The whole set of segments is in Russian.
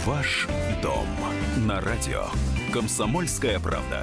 Ваш дом на радио «Комсомольская правда».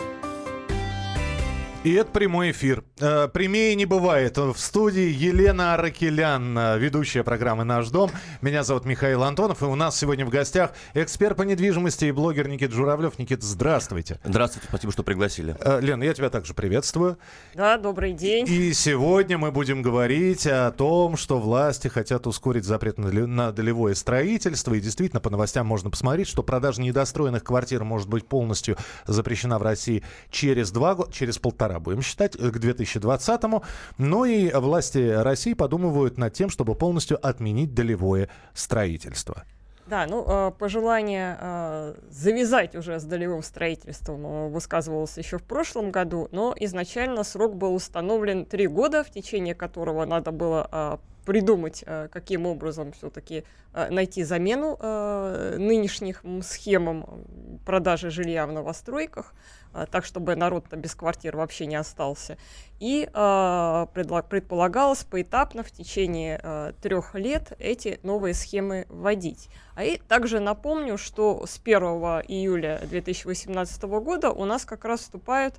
И это прямой эфир. Прямее не бывает. В студии Елена Аракелян, ведущая программы «Наш дом». Меня зовут Михаил Антонов. И у нас сегодня в гостях эксперт по недвижимости и блогер Никита Журавлев. Никита, здравствуйте. Здравствуйте, спасибо, что пригласили. Лена, я тебя также приветствую. Да, добрый день. И сегодня мы будем говорить о том, что власти хотят ускорить запрет на долевое строительство. И действительно, по новостям можно посмотреть, что продажа недостроенных квартир может быть полностью запрещена в России через 2 года, через полтора, будем считать, к 2020-му. Но и власти России подумывают над тем, чтобы полностью отменить долевое строительство. Да, пожелание завязать уже с долевым строительством высказывалось еще в прошлом году, но изначально срок был установлен 3 года, в течение которого надо было придумать, каким образом все-таки найти замену нынешним схемам продажи жилья в новостройках, так, чтобы народ-то без квартир вообще не остался. И предполагалось поэтапно в течение 3 лет эти новые схемы вводить. И также напомню, что с 1 июля 2018 года у нас как раз вступают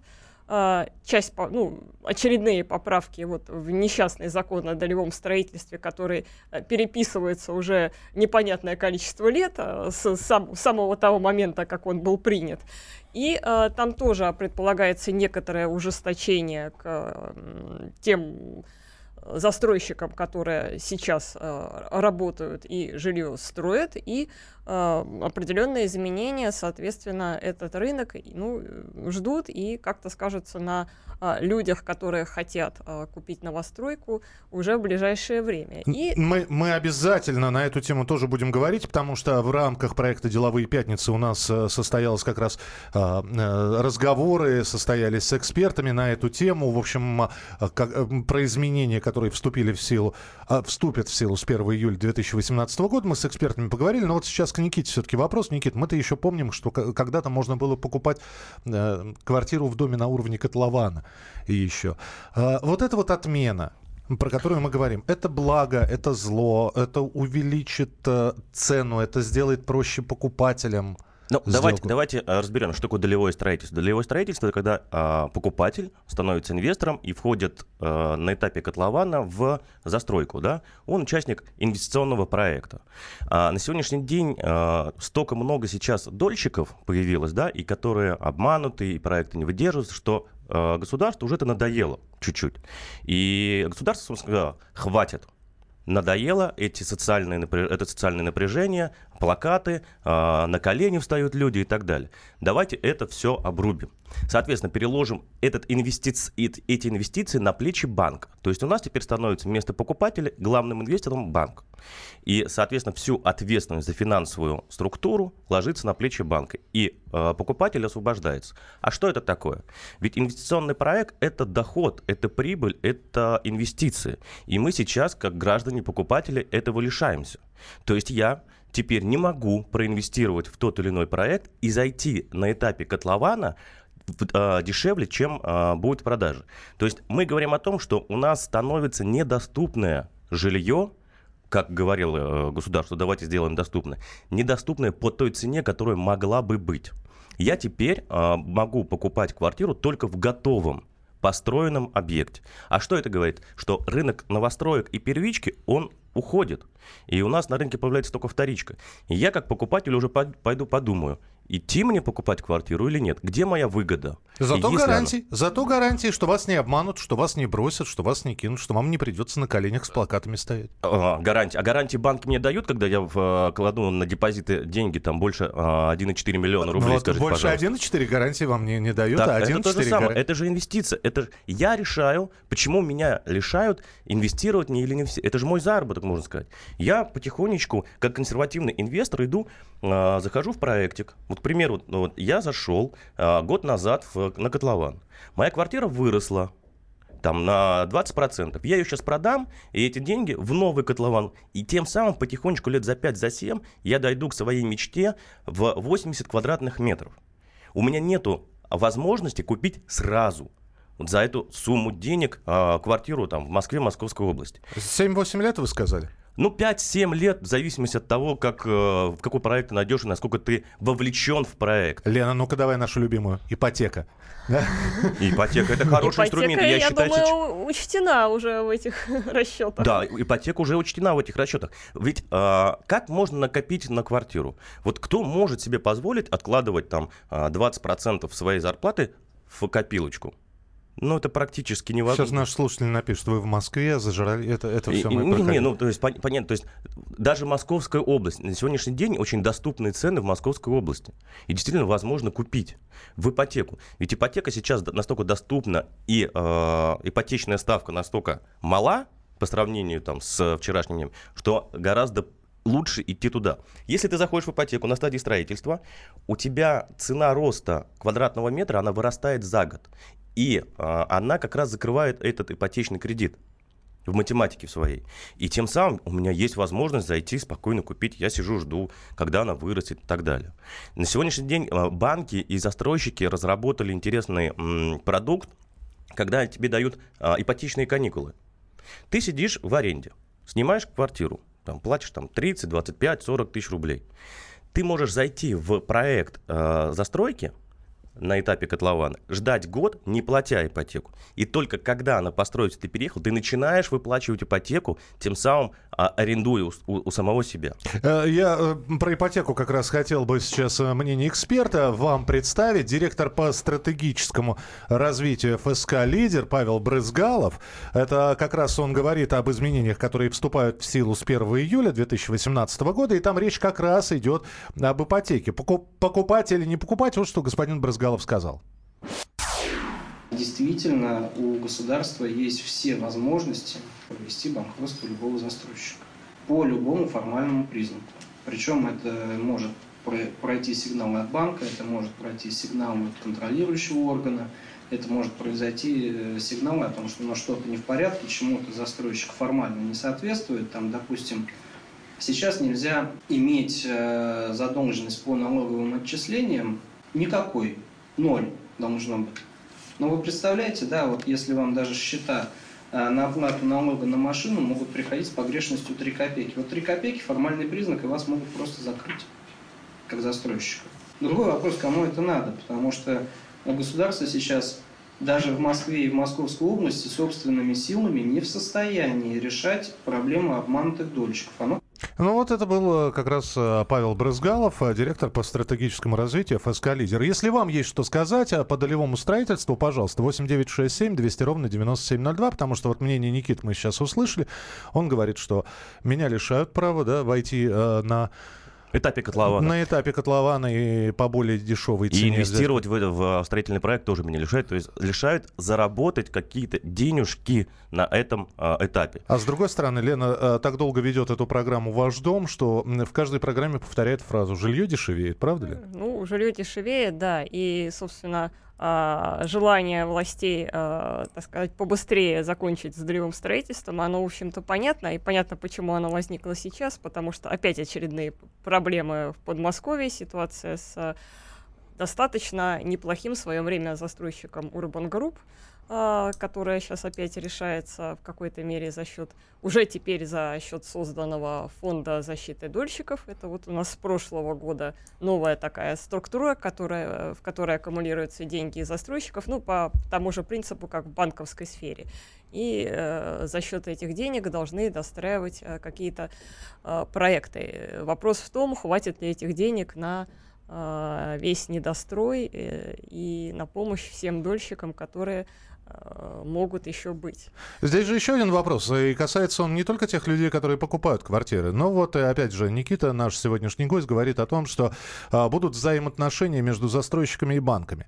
очередные поправки в несчастный закон о долевом строительстве, который переписывается уже непонятное количество лет с самого того момента, как он был принят. И там тоже предполагается некоторое ужесточение к тем застройщикам, которые сейчас работают и жилье строят, и определенные изменения, соответственно, этот рынок ждут и как-то скажется на людях, которые хотят купить новостройку уже в ближайшее время. И мы обязательно на эту тему тоже будем говорить, потому что в рамках проекта «Деловые пятницы» у нас состоялось как раз разговоры, состоялись с экспертами на эту тему. В общем, про изменения, которые вступят в силу с 1 июля 2018 года, мы с экспертами поговорили. Но вот сейчас к Никите все-таки вопрос. Никит, мы-то еще помним, что когда-то можно было покупать квартиру в доме на уровне котлована. И еще. Вот эта вот отмена, про которую мы говорим, это благо, это зло, это увеличит цену, это сделает проще покупателям. Давайте разберем, что такое долевое строительство. Долевое строительство — это когда покупатель становится инвестором и входит на этапе котлована в застройку. Да? Он участник инвестиционного проекта. На сегодняшний день столько много сейчас дольщиков появилось, да, и которые обмануты, и проекты не выдерживаются, что государству уже это надоело чуть-чуть. И государство сказало: хватит. Надоело это социальное напряжение, плакаты, на колени встают люди и так далее. Давайте это все обрубим. Соответственно, переложим эти инвестиции на плечи банка. То есть у нас теперь становится вместо покупателя главным инвестором банк. И, соответственно, всю ответственность за финансовую структуру ложится на плечи банка. И покупатель освобождается. А что это такое? Ведь инвестиционный проект — это доход, это прибыль, это инвестиции. И мы сейчас, как граждане-покупатели, этого лишаемся. То есть я теперь не могу проинвестировать в тот или иной проект и зайти на этапе котлована дешевле, чем будет продажа. То есть мы говорим о том, что у нас становится недоступное жилье, как говорило государство, давайте сделаем доступное, недоступное по той цене, которая могла бы быть. Я теперь могу покупать квартиру только в готовом построенном объекте. А что это говорит? Что рынок новостроек и первички, он уходит. И у нас на рынке появляется только вторичка. И я как покупатель уже пойду подумаю, идти мне покупать квартиру или нет? Где моя выгода? Зато гарантии, что вас не обманут, что вас не бросят, что вас не кинут, что вам не придется на коленях с плакатами стоять. Гарантии банки мне дают, когда я кладу на депозиты деньги, там больше 1,4 миллиона рублей, вот скажите, больше пожалуйста. 1,4 гарантии вам не дают, так, а 1,4 это то же самое, это же инвестиция. Я решаю, почему меня лишают инвестировать мне или не все. Это же мой заработок, можно сказать. Я потихонечку, как консервативный инвестор, захожу в проектик. Вот, к примеру, я зашел год назад на котлован. Моя квартира выросла там на 20%. Я ее сейчас продам, и эти деньги в новый котлован. И тем самым потихонечку лет за 5-7 я дойду к своей мечте в 80 квадратных метров. У меня нету возможности купить сразу вот за эту сумму денег квартиру там в Москве, Московской области. 7-8 лет вы сказали? 5-7 лет, в зависимости от того, в какой проект ты найдешь и насколько ты вовлечен в проект. Лена, ну-ка давай нашу любимую. Ипотека. Ипотека — это хороший инструмент. Я думаю, учтена уже в этих расчетах. Да, ипотека уже учтена в этих расчетах. Ведь как можно накопить на квартиру? Вот кто может себе позволить откладывать там 20% своей зарплаты в копилочку? Это практически невозможно. Сейчас наши слушатели напишут, вы в Москве зажрали, это все мы проходим. То есть, понятно, то есть даже Московская область, на сегодняшний день очень доступные цены в Московской области. И действительно возможно купить в ипотеку. Ведь ипотека сейчас настолько доступна, и ипотечная ставка настолько мала по сравнению там, с вчерашним днем, что гораздо лучше идти туда. Если ты заходишь в ипотеку на стадии строительства, у тебя цена роста квадратного метра, она вырастает за год. И она как раз закрывает этот ипотечный кредит в математике в своей. И тем самым у меня есть возможность зайти спокойно купить. Я сижу, жду, когда она вырастет и так далее. На сегодняшний день банки и застройщики разработали интересный продукт, когда тебе дают ипотечные каникулы. Ты сидишь в аренде, снимаешь квартиру, платишь 30, 25, 40 тысяч рублей. Ты можешь зайти в проект застройки на этапе котлована, ждать год, не платя ипотеку. И только когда она построится, ты переехал, ты начинаешь выплачивать ипотеку, тем самым арендуя у самого себя. Я про ипотеку как раз хотел бы сейчас мнение эксперта вам представить. Директор по стратегическому развитию ФСК «Лидер» Павел Брызгалов. Это как раз он говорит об изменениях, которые вступают в силу с 1 июля 2018 года. И там речь как раз идет об ипотеке. Покупать или не покупать, вот что господин Брызгалов сказал. Действительно, у государства есть все возможности провести банкротство любого застройщика по любому формальному признаку. Причем это может пройти сигнал от банка, это может пройти сигнал от контролирующего органа, это может произойти сигнал о том, что что-то не в порядке, чему-то застройщик формально не соответствует. Допустим, сейчас нельзя иметь задолженность по налоговым отчислениям никакой, 0 должно быть. Но вы представляете, если вам даже счета на оплату налога на машину могут приходить с погрешностью 3 копейки. 3 копейки – формальный признак, и вас могут просто закрыть, как застройщика. Другой вопрос, кому это надо, потому что государство сейчас даже в Москве и в Московской области собственными силами не в состоянии решать проблему обманутых дольщиков. Это был как раз Павел Брызгалов, директор по стратегическому развитию ФСК «Лидер». Если вам есть что сказать по долевому строительству, пожалуйста, 8-967-200-97-02, потому что мнение Никиты мы сейчас услышали. Он говорит, что меня лишают права войти на этапе котлована. На этапе котлована и по более дешевой цене. И инвестировать в строительный проект тоже меня лишают. То есть лишают заработать какие-то денежки на этом этапе. А с другой стороны, Лена так долго ведет эту программу «Ваш дом», что в каждой программе повторяет фразу «жилье дешевеет». Правда ли? Жилье дешевеет, да. И, собственно, желание властей, так сказать, побыстрее закончить с долевым строительством, оно, в общем-то, понятно. И понятно, почему оно возникло сейчас, потому что опять очередные проблемы в Подмосковье, ситуация с достаточно неплохим в свое время застройщиком Urban Group, которая сейчас опять решается в какой-то мере уже теперь за счет созданного фонда защиты дольщиков. Это у нас с прошлого года новая такая структура, в которой аккумулируются деньги застройщиков, по тому же принципу, как в банковской сфере. И за счет этих денег должны достраивать какие-то проекты. Вопрос в том, хватит ли этих денег на весь недострой и на помощь всем дольщикам, которые могут еще быть. Здесь же еще один вопрос, и касается он не только тех людей, которые покупают квартиры, но опять же Никита, наш сегодняшний гость, говорит о том, что будут взаимоотношения между застройщиками и банками.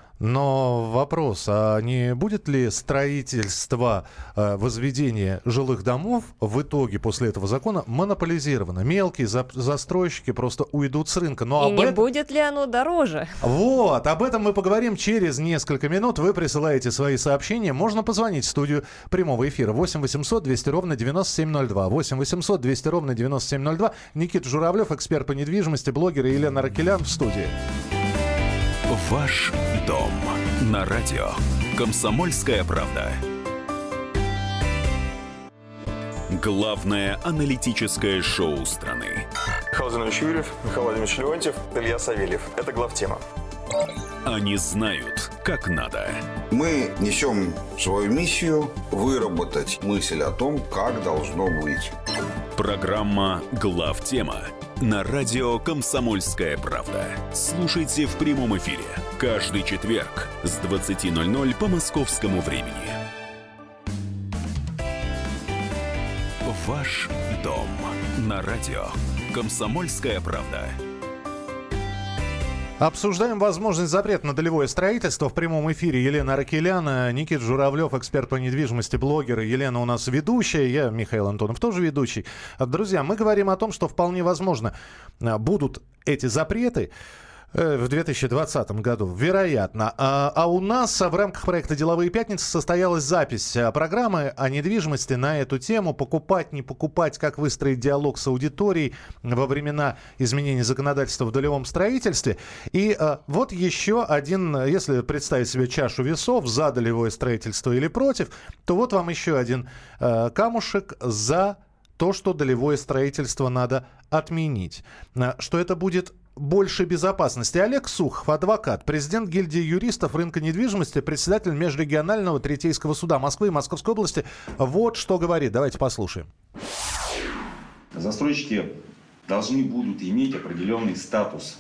Но вопрос, а не будет ли строительство, возведение жилых домов в итоге после этого закона монополизировано? Мелкие застройщики просто уйдут с рынка. И не будет ли оно дороже? Об этом мы поговорим через несколько минут. Вы присылаете свои сообщения. Можно позвонить в студию прямого эфира 8 800 200 ровно 9702. 8 800 200 ровно 9702. Никита Журавлев, эксперт по недвижимости, блогер, и Елена Аракелян в студии. Ваш дом на радио «Комсомольская правда». Главное аналитическое шоу страны. Михаил Владимирович Юрьев, Михаил Владимирович Леонтьев, Илья Савельев. Это главтема. Они знают, как надо. Мы несем свою миссию выработать мысль о том, как должно быть. Программа «Главтема» на радио «Комсомольская правда». Слушайте в прямом эфире каждый четверг с 20:00 по московскому времени. Ваш дом на радио «Комсомольская правда». Обсуждаем возможность запрета на долевое строительство. В прямом эфире Елена Аракелян, Никита Журавлев, эксперт по недвижимости, блогер. Елена у нас ведущая, я, Михаил Антонов, тоже ведущий. Друзья, мы говорим о том, что вполне возможно будут эти запреты в 2020 году, вероятно. А у нас в рамках проекта «Деловые пятницы» состоялась запись программы о недвижимости на эту тему. Покупать, не покупать, как выстроить диалог с аудиторией во времена изменений законодательства в долевом строительстве. И вот еще один, если представить себе чашу весов, за долевое строительство или против, то вот вам еще один камушек за то, что долевое строительство надо отменить. Что это будет больше безопасности. Олег Сухов, адвокат, президент гильдии юристов рынка недвижимости, председатель межрегионального третейского суда Москвы и Московской области. Вот что говорит. Давайте послушаем. Застройщики должны будут иметь определенный статус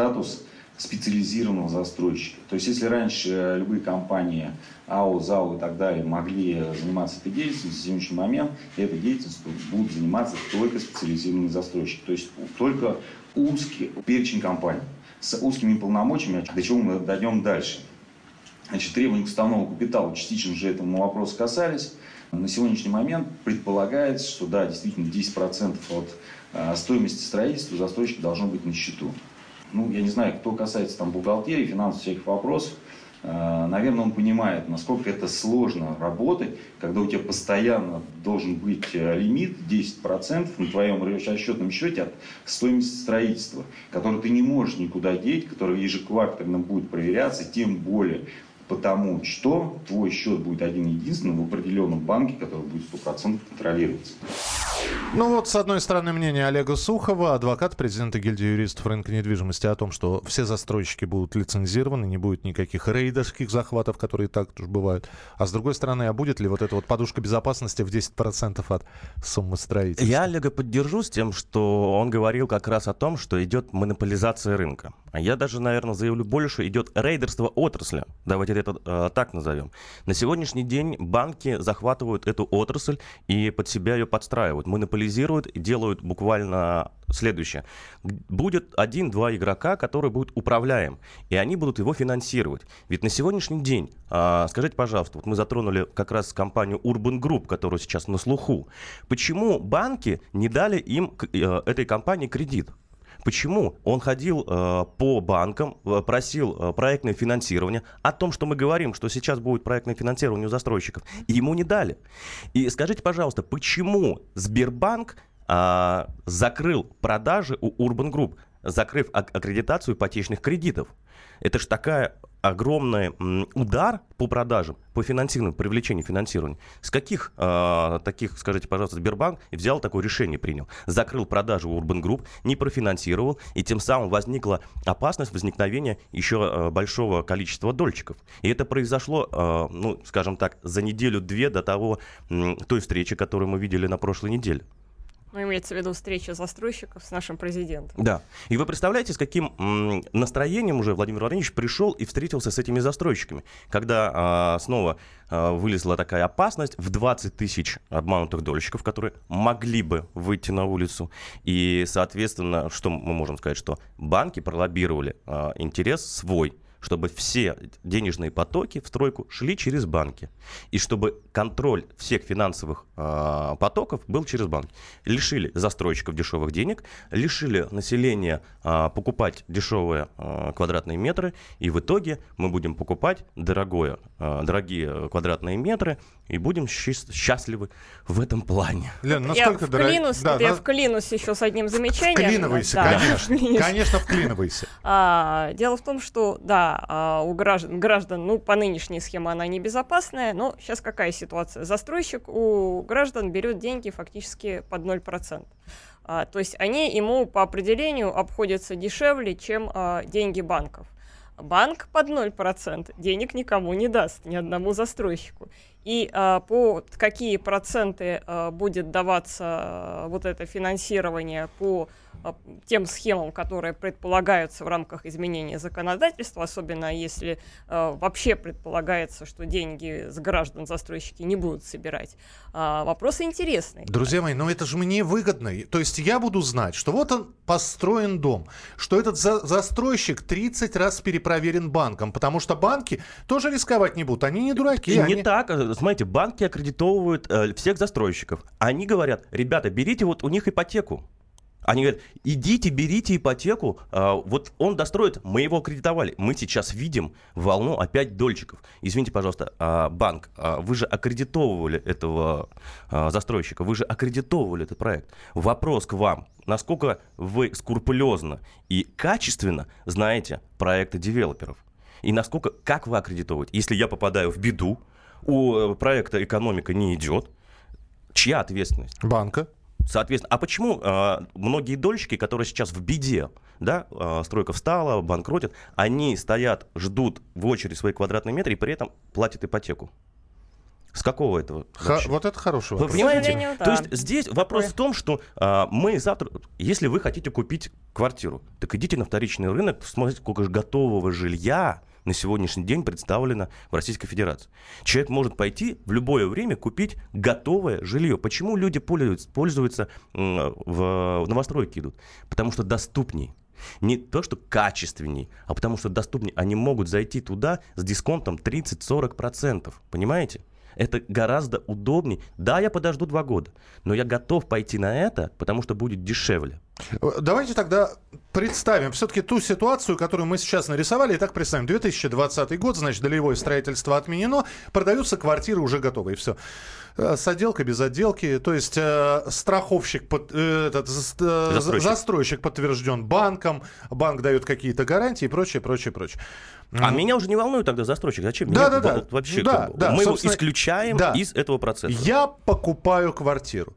специализированного застройщика. То есть, если раньше любые компании, АО, ЗАО и так далее могли заниматься этой деятельностью, в сегодняшний момент этой деятельностью будут заниматься только специализированные застройщики. То есть, только узкий перечень компаний с узкими полномочиями, до чего мы дойдем дальше. Значит, требования к уставному капиталу частично уже этому вопросу касались. На сегодняшний момент предполагается, что да, действительно 10% от стоимости строительства застройщика должно быть на счету. Ну, я не знаю, кто касается там бухгалтерии, финансовых всяких вопросов, наверное, он понимает, насколько это сложно работать, когда у тебя постоянно должен быть лимит 10% на твоем расчетном счете от стоимости строительства, который ты не можешь никуда деть, который ежеквартально будет проверяться, тем более потому, что твой счет будет один-единственный в определенном банке, который будет 100% контролироваться. Ну вот, с одной стороны, мнение Олега Сухова, адвокат, президента гильдии юристов рынка недвижимости, о том, что все застройщики будут лицензированы, не будет никаких рейдерских захватов, которые так уж бывают. А с другой стороны, а будет ли вот эта вот подушка безопасности в 10% от суммы строительства? Я Олега поддержу с тем, что он говорил как раз о том, что идет монополизация рынка. А я даже, наверное, заявлю больше, идет рейдерство отрасли. Давайте это так назовем. На сегодняшний день банки захватывают эту отрасль и под себя ее подстраивают, монополизируют и делают буквально следующее. Будет 1-2 игрока, которые будут управляем, и они будут его финансировать. Ведь на сегодняшний день, скажите, пожалуйста, вот мы затронули как раз компанию Urban Group, которая сейчас на слуху. Почему банки не дали им, этой компании, кредит? Почему? Он ходил по банкам, просил проектное финансирование. О том, что мы говорим, что сейчас будет проектное финансирование у застройщиков, и ему не дали. И скажите, пожалуйста, почему Сбербанк закрыл продажи у Urban Group, закрыв аккредитацию ипотечных кредитов? Это же такая огромный удар по продажам, по финансированию, привлечению финансирования. С каких таких, скажите, пожалуйста, Сбербанк взял такое решение, принял? Закрыл продажи у Urban Group, не профинансировал, и тем самым возникла опасность возникновения еще большого количества дольщиков. И это произошло, ну, скажем так, за неделю-две до той встречи, которую мы видели на прошлой неделе. Ну, имеется в виду встреча застройщиков с нашим президентом. Да. И вы представляете, с каким настроением уже Владимир Владимирович пришел и встретился с этими застройщиками, когда снова вылезла такая опасность в 20 тысяч обманутых дольщиков, которые могли бы выйти на улицу. И, соответственно, что мы можем сказать, что банки пролоббировали интерес свой, чтобы все денежные потоки в стройку шли через банки. И чтобы контроль всех финансовых потоков был через банки. Лишили застройщиков дешевых денег, лишили населения покупать дешевые квадратные метры. И в итоге мы будем покупать дорогие квадратные метры и будем счастливы в этом плане. Лен, насколько я вклинусь еще с одним замечанием. Вклинивайся, да, конечно. Конечно, вклинивайся. Дело в том, что, да, Да, у граждан, ну, по нынешней схеме она небезопасная, но сейчас какая ситуация? Застройщик у граждан берет деньги фактически под 0%. То есть они ему по определению обходятся дешевле, чем деньги банков. Банк под 0% денег никому не даст, ни одному застройщику. И по какие проценты будет даваться вот это финансирование по тем схемам, которые предполагаются в рамках изменения законодательства, особенно если вообще предполагается, что деньги с граждан застройщики не будут собирать. Вопрос интересный. Друзья мои, но это же мне выгодно. То есть я буду знать, что вот он построен дом, что этот застройщик 30 раз перепроверен банком, потому что банки тоже рисковать не будут. Они не дураки. Не так. Смотрите, банки аккредитовывают всех застройщиков. Они говорят: ребята, берите вот у них ипотеку. Они говорят: идите, берите ипотеку, вот он достроит, мы его аккредитовали. Мы сейчас видим волну опять дольщиков. Извините, пожалуйста, банк, вы же аккредитовывали этого застройщика, вы же аккредитовывали этот проект. Вопрос к вам: насколько вы скрупулезно и качественно знаете проекты девелоперов? И насколько, как вы аккредитовываете? Если я попадаю в беду, у проекта экономика не идет, чья ответственность? Банка. Соответственно, а почему многие дольщики, которые сейчас в беде, да, стройка встала, банкротят, они стоят, ждут в очередь свои квадратные метры и при этом платят ипотеку? С какого этого? Вот это хороший вопрос. Вы понимаете? То есть здесь вопрос в том, что мы завтра, если вы хотите купить квартиру, так идите на вторичный рынок, посмотрите, сколько же готового жилья на сегодняшний день представлено в Российской Федерации. Человек может пойти в любое время купить готовое жилье. Почему люди пользуются, в новостройки идут? Потому что доступней. Не то, что качественней, а потому что доступнее. Они могут зайти туда с дисконтом 30-40%. Понимаете? Это гораздо удобнее. Да, я подожду 2 года, но я готов пойти на это, потому что будет дешевле. Давайте тогда представим все-таки ту ситуацию, которую мы сейчас нарисовали. Итак, представим, 2020 год, значит, долевое строительство отменено, продаются квартиры уже готовые, все. С отделкой, без отделки, то есть страховщик, застройщик подтвержден банком, банк дает какие-то гарантии и прочее, прочее, прочее. А меня уже не волнует тогда застройщик. Зачем? Да. Вообще, да, мы его исключаем из этого процесса. Я покупаю квартиру.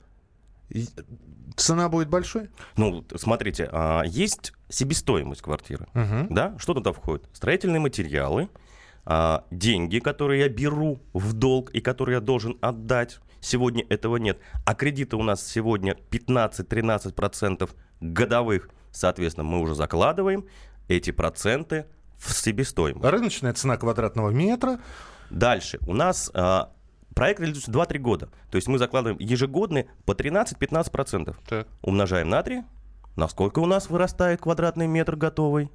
Цена будет большой? Ну, смотрите, есть себестоимость квартиры. Да? Что туда входит? Строительные материалы, деньги, которые я беру в долг и которые я должен отдать. Сегодня этого нет. А кредиты у нас сегодня 15-13% годовых. Соответственно, мы уже закладываем эти проценты в себестоимость. Рыночная цена квадратного метра. Дальше. У нас проект реализуется 2-3 года. То есть мы закладываем ежегодные по 13-15%. Так. Умножаем на 3. Насколько у нас вырастает квадратный метр готовый?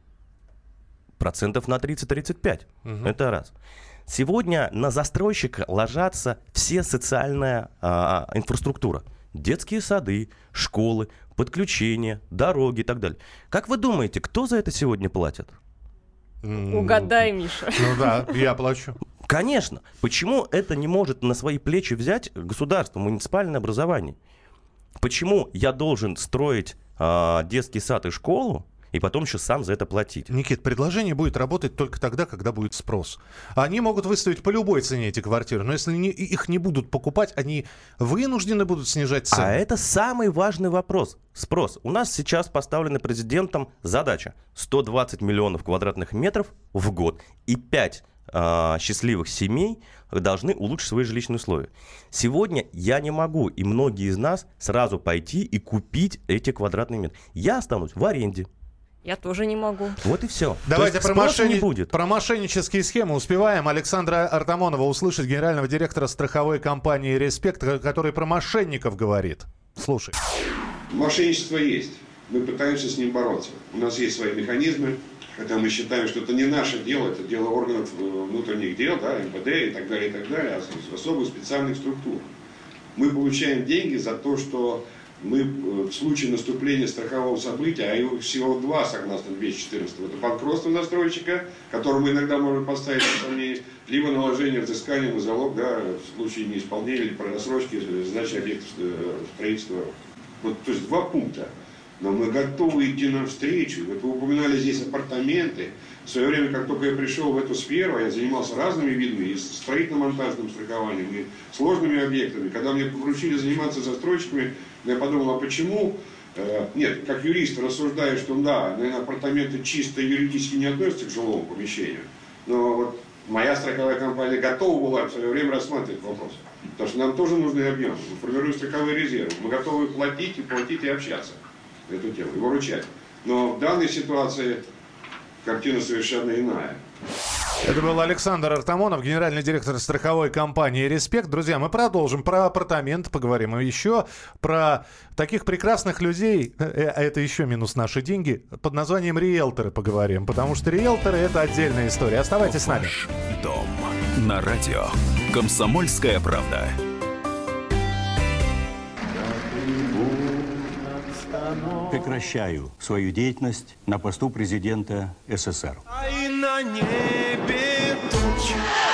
Процентов на 30-35. Это раз. Сегодня на застройщика ложатся все социальная инфраструктура. Детские сады, школы, подключения, дороги и так далее. Как вы думаете, кто за это сегодня платит? Угадай, Миша. Ну да, я плачу. Конечно. Почему это не может на свои плечи взять государство, муниципальное образование? Почему я должен строить детский сад и школу, и потом еще сам за это платить? Никит, предложение будет работать только тогда, когда будет спрос. Они могут выставить по любой цене эти квартиры, но если их не будут покупать, они вынуждены будут снижать цены. А это самый важный вопрос. Спрос. У нас сейчас поставлена президентом задача 120 миллионов квадратных метров в год. И 5 счастливых семей должны улучшить свои жилищные условия. Сегодня я не могу, и многие из нас, сразу пойти и купить эти квадратные метры. Я останусь в аренде. Я тоже не могу. Вот и все. Давайте про мошеннические схемы успеваем. Александра Артамонова услышать, генерального директора страховой компании «Респект», который про мошенников говорит. Слушай. Мошенничество есть. Мы пытаемся с ним бороться. У нас есть свои механизмы, хотя мы считаем, что это не наше дело, это дело органов внутренних дел, да, МВД и так далее, особых специальных структур. Мы получаем деньги за то, что мы в случае наступления страхового события, а их всего 2, согласно 214, это банкротство застройщика, которому иногда можно поставить сомнение, либо наложение взыскания на залог, да, в случае неисполнения или просрочки сдачи объектов строительства. Вот, то есть 2 пункта. Но мы готовы идти навстречу. Вот вы упоминали здесь апартаменты. В свое время, как только я пришел в эту сферу, я занимался разными видами, и строительно-монтажным страхованием, и сложными объектами. Когда мне поручили заниматься застройщиками, я подумал, а почему? Нет, как юрист рассуждаю, что да, наверное, апартаменты чисто юридически не относятся к жилому помещению. Но вот моя страховая компания готова была в свое время рассматривать вопрос. Потому что нам тоже нужны объемы. Мы формируем страховые резервы. Мы готовы платить и общаться на эту тему, и выручать. Но в данной ситуации картина совершенно иная. Это был Александр Артамонов, генеральный директор страховой компании «Респект». Друзья, мы продолжим. Про апартаменты поговорим. И еще про таких прекрасных людей, это еще минус наши деньги, под названием риэлторы поговорим. Потому что риэлторы — это отдельная история. Оставайтесь с нами. Дом на радио «Комсомольская правда». Прекращаю свою деятельность на посту президента СССР. На небе тучи.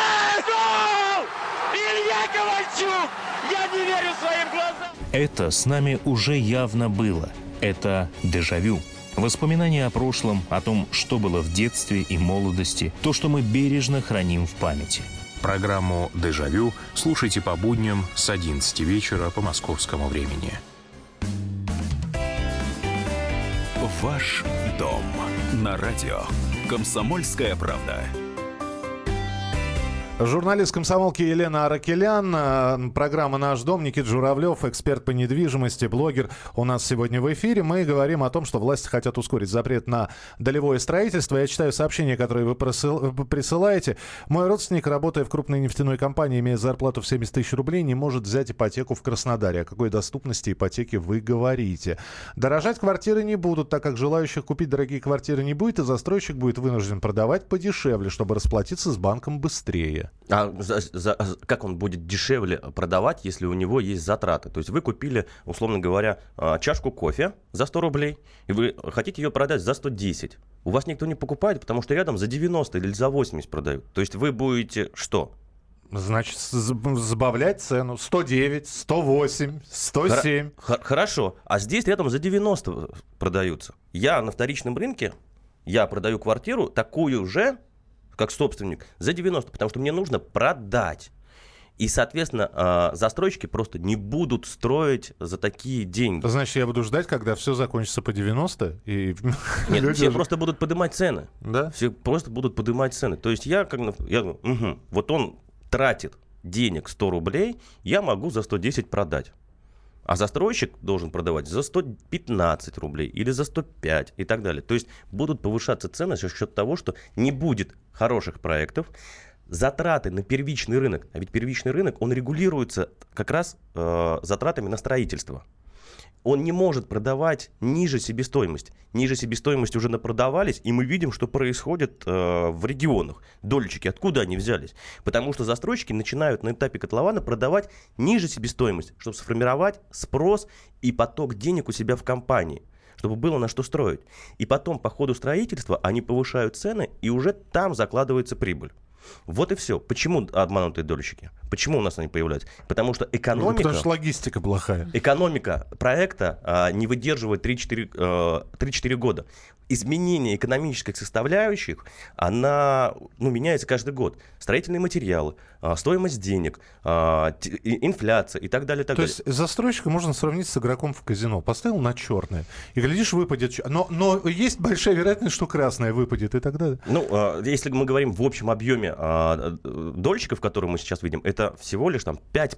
Илья Ковальчук! Я не верю своим глазам! Это с нами уже явно было. Это дежавю. Воспоминания о прошлом, о том, что было в детстве и молодости, то, что мы бережно храним в памяти. Программу «Дежавю» слушайте по будням с 11 вечера по московскому времени. Ваш дом на радио «Комсомольская правда». Журналист комсомолки Елена Аракелян, программа «Наш дом», Никита Журавлев, эксперт по недвижимости, блогер у нас сегодня в эфире. Мы говорим о том, что власти хотят ускорить запрет на долевое строительство. Я читаю сообщения, которые вы присылаете. Мой родственник, работая в крупной нефтяной компании, имея зарплату в 70 тысяч рублей, не может взять ипотеку в Краснодаре. О какой доступности ипотеки вы говорите? Дорожать квартиры не будут, так как желающих купить дорогие квартиры не будет, и застройщик будет вынужден продавать подешевле, чтобы расплатиться с банком быстрее. А как он будет дешевле продавать, если у него есть затраты? То есть вы купили, условно говоря, чашку кофе за 100 рублей, и вы хотите ее продать за 110. У вас никто не покупает, потому что рядом за 90 или за 80 продают. То есть вы будете что? Значит, сбавлять цену. 109, 108, 107. Хорошо. А здесь рядом за 90 продаются. Я на вторичном рынке, я продаю квартиру такую же, как собственник, за 90, потому что мне нужно продать. И, соответственно, застройщики просто не будут строить за такие деньги. Значит, я буду ждать, когда все закончится по 90? И нет, все просто будут поднимать цены. Да? Все просто будут поднимать цены. То есть я говорю, вот он тратит денег 100 рублей, я могу за 110 продать. А застройщик должен продавать за 115 рублей или за 105 и так далее. То есть будут повышаться цены за счет того, что не будет хороших проектов. Затраты на первичный рынок, а ведь первичный рынок, он регулируется как раз затратами на строительство. Он не может продавать ниже себестоимости. Ниже себестоимости уже напродавались, и мы видим, что происходит в регионах. Дольщики, откуда они взялись? Потому что застройщики начинают на этапе котлована продавать ниже себестоимости, чтобы сформировать спрос и поток денег у себя в компании, чтобы было на что строить. И потом по ходу строительства они повышают цены, и уже там закладывается прибыль. Вот и все. Почему обманутые дольщики? Почему у нас они появляются? Потому что экономика... Потому что логистика плохая. Экономика проекта не выдерживает 3-4 года. Изменение экономических составляющих, она меняется каждый год. Строительные материалы, стоимость денег, инфляция и так далее. То есть застройщика можно сравнить с игроком в казино. Поставил на черное, и, глядишь, выпадет. Но есть большая вероятность, что красное выпадет и так далее. Если мы говорим в общем объеме дольщиков, которые мы сейчас видим, это всего лишь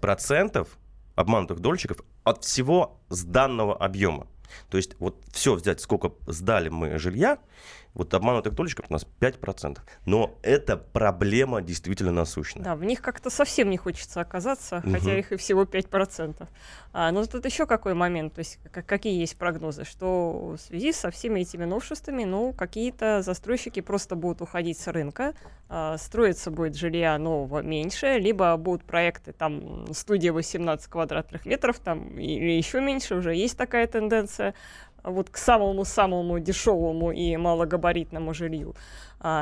5% обманутых дольщиков от всего сданного объема. То есть вот все взять, сколько сдали мы жилья, вот обманутых дольщиков у нас 5%. Но это проблема действительно насущная. Да, в них как-то совсем не хочется оказаться, хотя их и всего 5%. Но тут еще какой момент, то есть какие есть прогнозы, что в связи со всеми этими новшествами, какие-то застройщики просто будут уходить с рынка, строиться будет жилья нового меньше, либо будут проекты, студия 18 квадратных метров, или еще меньше, уже есть такая тенденция, вот к самому-самому дешевому и малогабаритному жилью.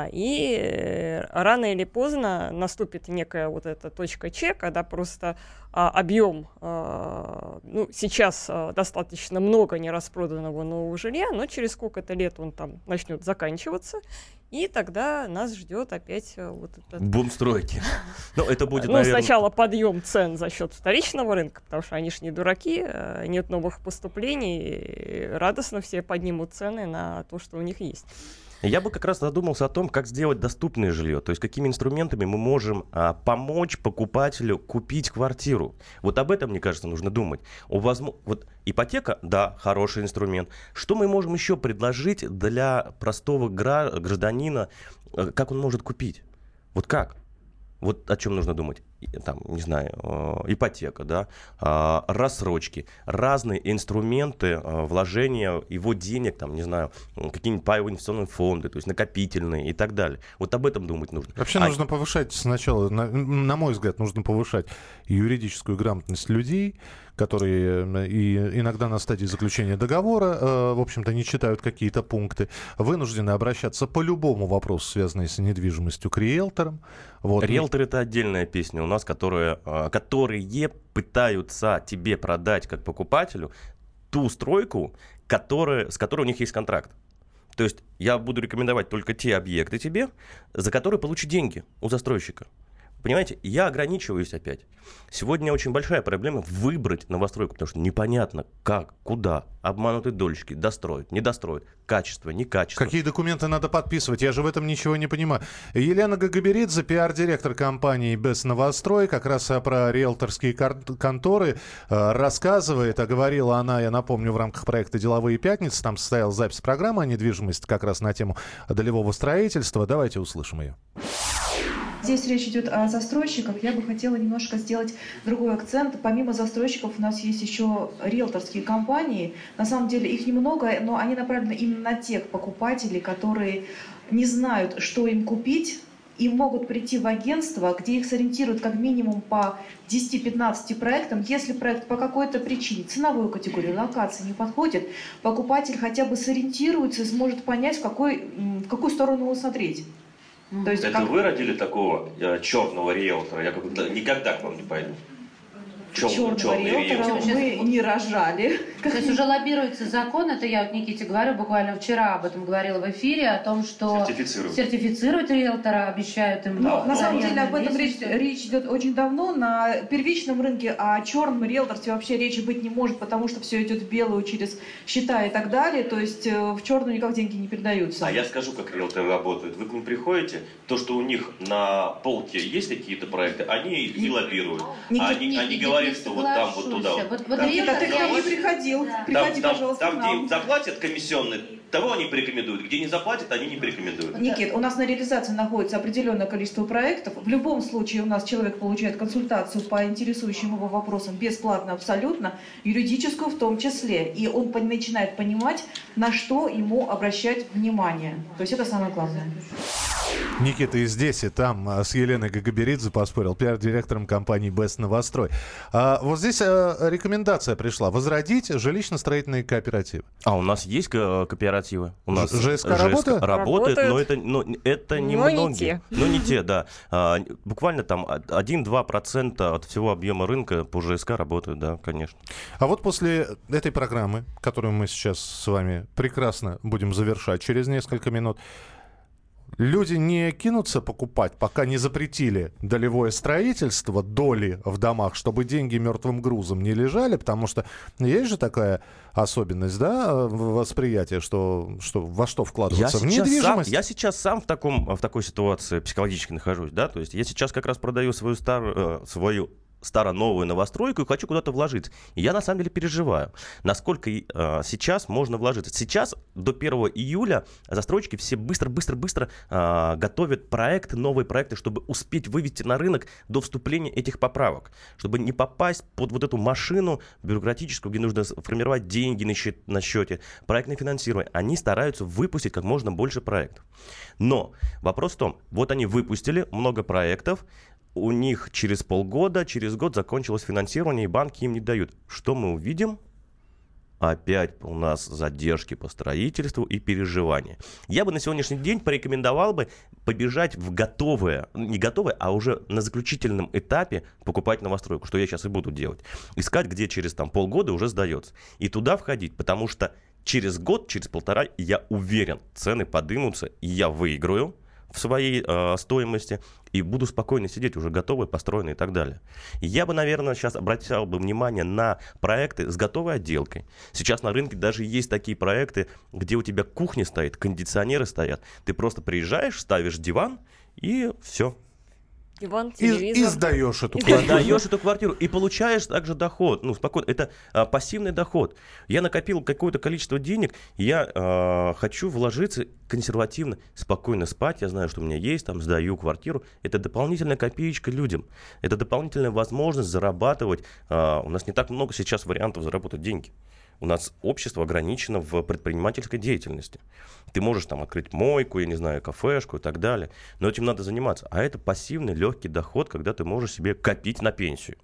И рано или поздно наступит некая вот эта точка Ч, когда просто объем, сейчас достаточно много нераспроданного нового жилья, но через сколько-то лет он там начнет заканчиваться, и тогда нас ждет опять вот этот... Бум стройки. Это будет, наверное... Сначала подъем цен за счет вторичного рынка, потому что они ж не дураки, нет новых поступлений, и радостно все поднимут цены на то, что у них есть. Я бы как раз задумался о том, как сделать доступное жилье, то есть какими инструментами мы можем помочь покупателю купить квартиру. Вот об этом, мне кажется, нужно думать. Вот ипотека, да, хороший инструмент. Что мы можем еще предложить для простого гражданина, как он может купить? Вот как? Вот о чем нужно думать. Там, не знаю, ипотека, да, рассрочки, разные инструменты вложения его денег, там, не знаю, какие-нибудь паевые инвестиционные фонды, то есть накопительные и так далее. Вот об этом думать нужно. Вообще нужно повышать сначала, на мой взгляд, нужно повышать юридическую грамотность людей, которые иногда на стадии заключения договора, в общем-то, не читают какие-то пункты, вынуждены обращаться по любому вопросу, связанному с недвижимостью, к риэлторам. Вот. Риэлтор — это отдельная песня у нас, которые пытаются тебе продать как покупателю ту стройку, с которой у них есть контракт. То есть я буду рекомендовать только те объекты тебе, за которые получу деньги у застройщика. Понимаете, я ограничиваюсь опять. Сегодня очень большая проблема выбрать новостройку, потому что непонятно, как, куда. Обманутые дольщики достроят, не достроят. Качество, некачество. Какие документы надо подписывать? Я же в этом ничего не понимаю. Елена Гагаберидзе, пиар-директор компании «Бест Новострой», как раз про риэлторские конторы рассказывает. А говорила она, я напомню, в рамках проекта «Деловые пятницы». Там состоялась запись программы о недвижимости как раз на тему долевого строительства. Давайте услышим ее. Здесь речь идет о застройщиках. Я бы хотела немножко сделать другой акцент. Помимо застройщиков у нас есть еще риэлторские компании. На самом деле их немного, но они направлены именно на тех покупателей, которые не знают, что им купить, и могут прийти в агентство, где их сориентируют как минимум по 10-15 проектам. Если проект по какой-то причине, ценовой категории, локации не подходит, покупатель хотя бы сориентируется и сможет понять, в какую сторону его смотреть. То есть, это вы родили такого черного риэлтора? Я никогда к вам не пойду. Черного риэлтора мы не рожали. То есть уже лоббируется закон, это я вот Никите говорю, буквально вчера об этом говорила в эфире, о том, что сертифицируют риэлтора, обещают им... На самом деле об этом речь идет очень давно. На первичном рынке о черном риэлторстве вообще речи быть не может, потому что все идет в белую через счета и так далее. То есть в черную никак деньги не передаются. А я скажу, как риэлторы работают. Вы к ним приходите, то, что у них на полке есть какие-то проекты, они их и лоббируют. Они говорят, что вот там, вот туда. Никита, ты к нам не приходил. Приходи, пожалуйста, там, где им заплатят комиссионные, того они порекомендуют. Где не заплатят, они не порекомендуют. Никит, у нас на реализации находится определенное количество проектов. В любом случае у нас человек получает консультацию по интересующим его вопросам бесплатно абсолютно, юридическую в том числе. И он начинает понимать, на что ему обращать внимание. То есть это самое главное. Никита и здесь, и там с Еленой Гагаберидзе поспорил, пиар-директором компании «Бест Новострой». Вот здесь рекомендация пришла. Возродить жилищно-строительные кооперативы. А у нас есть кооперативы? У нас ЖСК работает? Работает, но это не многие. Но не те, да. Буквально там 1-2% от всего объема рынка по ЖСК работают, да, конечно. А вот после этой программы, которую мы сейчас с вами прекрасно будем завершать через несколько минут, люди не кинутся покупать, пока не запретили долевое строительство, доли в домах, чтобы деньги мертвым грузом не лежали, потому что есть же такая особенность, да, восприятия, что во что вкладываться? В недвижимость. Я сейчас сам в такой ситуации психологически нахожусь, да, то есть я сейчас как раз продаю свою старо-новую новостройку и хочу куда-то вложиться. И я на самом деле переживаю, насколько сейчас можно вложиться. Сейчас до 1 июля застройщики все быстро готовят проекты, новые проекты, чтобы успеть вывести на рынок до вступления этих поправок, чтобы не попасть под вот эту машину бюрократическую, где нужно формировать деньги на счете, проектное финансирование. Они стараются выпустить как можно больше проектов. Но вопрос в том, вот они выпустили много проектов, у них через полгода, через год закончилось финансирование, и банки им не дают. Что мы увидим? опять у нас задержки по строительству и переживания. Я бы на сегодняшний день порекомендовал бы побежать в готовое, не готовое, а уже на заключительном этапе покупать новостройку, что я сейчас и буду делать. Искать, где через полгода уже сдается. И туда входить, потому что через год, через полтора, я уверен, цены подымутся, и я выиграю в своей стоимости и буду спокойно сидеть, уже готовые, построенные и так далее. И я бы, наверное, сейчас обратил бы внимание на проекты с готовой отделкой. Сейчас на рынке даже есть такие проекты, где у тебя кухня стоит, кондиционеры стоят. Ты просто приезжаешь, ставишь диван и все. Диван, телевизор. И сдаешь эту квартиру. Сдаешь эту квартиру и получаешь также доход. Спокойно. Это пассивный доход. Я накопил какое-то количество денег, я хочу вложиться консервативно, спокойно спать. Я знаю, что у меня есть, сдаю квартиру. Это дополнительная копеечка людям. Это дополнительная возможность зарабатывать. У нас не так много сейчас вариантов заработать деньги. У нас общество ограничено в предпринимательской деятельности. Ты можешь открыть мойку, я не знаю, кафешку и так далее. Но этим надо заниматься. А это пассивный, легкий доход, когда ты можешь себе копить на пенсию.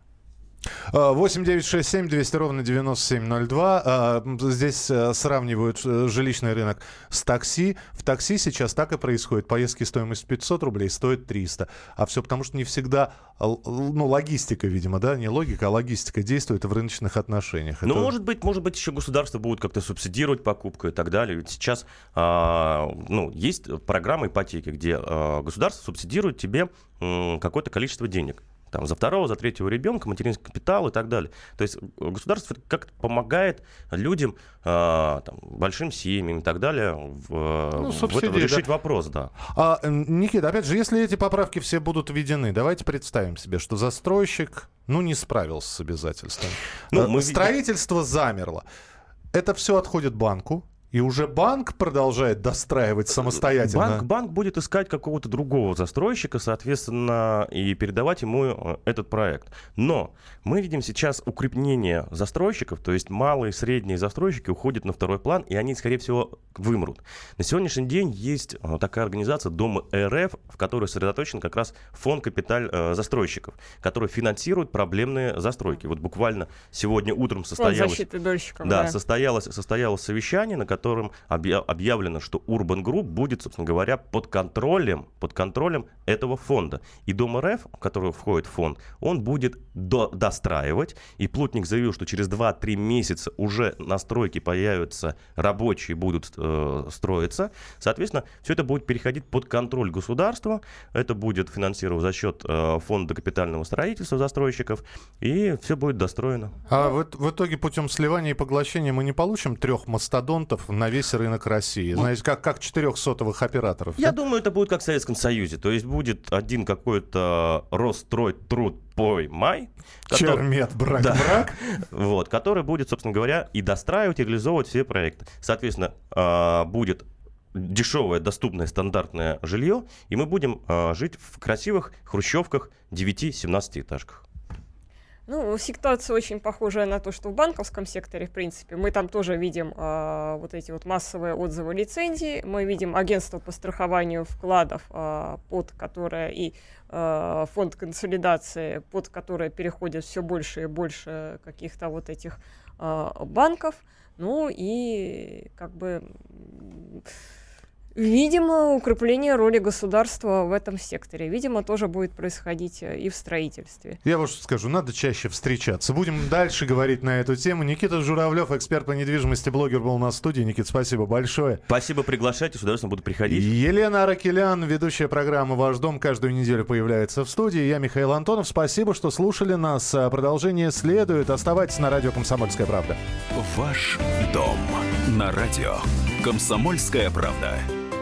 8-967-200-97-02. Здесь сравнивают жилищный рынок с такси. В такси сейчас так и происходит. Поездки стоимость 500 рублей стоят 300. А все потому, что не всегда логистика, видимо, да, не логика, а логистика действует в рыночных отношениях. Может быть, еще государство будет как-то субсидировать покупку и так далее. Ведь сейчас есть программа ипотеки, где государство субсидирует тебе какое-то количество денег. За второго, за третьего ребенка, материнский капитал и так далее. То есть государство как-то помогает людям, большим семьям и так далее решить вопрос. Да. Никита, опять же, если эти поправки все будут введены, давайте представим себе, что застройщик не справился с обязательствами. Строительство замерло. Это все отходит банку. И уже банк продолжает достраивать самостоятельно. Банк будет искать какого-то другого застройщика, соответственно, и передавать ему этот проект. Но мы видим сейчас укрепление застройщиков, то есть малые и средние застройщики уходят на второй план, и они, скорее всего, вымрут. На сегодняшний день есть такая организация Дом РФ, в которой сосредоточен как раз фонд «Капиталь застройщиков», который финансирует проблемные застройки. Вот буквально сегодня утром состоялось совещание, на котором объявлено, что Urban Group будет, собственно говоря, под контролем этого фонда. И Дом РФ, в который входит фонд, он будет достраивать. И Плотник заявил, что через 2-3 месяца уже на стройке появятся рабочие, будут строиться. Соответственно, все это будет переходить под контроль государства. Это будет финансироваться за счет фонда капитального строительства застройщиков. И все будет достроено. А в итоге путем сливания и поглощения мы не получим 3 мастодонтов на весь рынок России? Знаете, как 4 сотовых операторов. Я думаю, это будет как в Советском Союзе. То есть будет один какой-то Росстройтрудпоймай. Чермет, брак. Который будет, собственно говоря, и достраивать, и реализовывать все проекты. Соответственно, будет дешевое, доступное, стандартное жилье, и мы будем жить в красивых хрущевках 9-17-этажках. Ситуация очень похожая на то, что в банковском секторе, в принципе. Мы там тоже видим эти массовые отзывы лицензий, мы видим агентство по страхованию вкладов, под которое и фонд консолидации, под которое переходит все больше и больше каких-то этих банков. И видимо, укрепление роли государства в этом секторе, видимо, тоже будет происходить и в строительстве. Я вот что скажу, надо чаще встречаться. Будем дальше говорить на эту тему. Никита Журавлев, эксперт по недвижимости, блогер, был у нас в студии. Никита, спасибо большое. Спасибо, приглашайте, с удовольствием буду приходить. Елена Аракелян, ведущая программы «Ваш дом», каждую неделю появляется в студии. Я Михаил Антонов. Спасибо, что слушали нас. Продолжение следует. Оставайтесь на радио «Комсомольская правда». Ваш дом на радио «Комсомольская правда».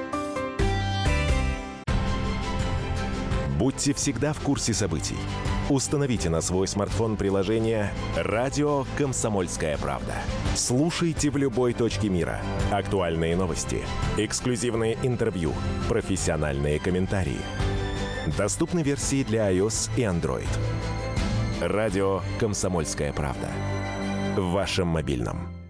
Будьте всегда в курсе событий. Установите на свой смартфон приложение «Радио Комсомольская правда». Слушайте в любой точке мира. Актуальные новости, эксклюзивные интервью, профессиональные комментарии. Доступны версии для iOS и Android. «Радио Комсомольская правда». В вашем мобильном.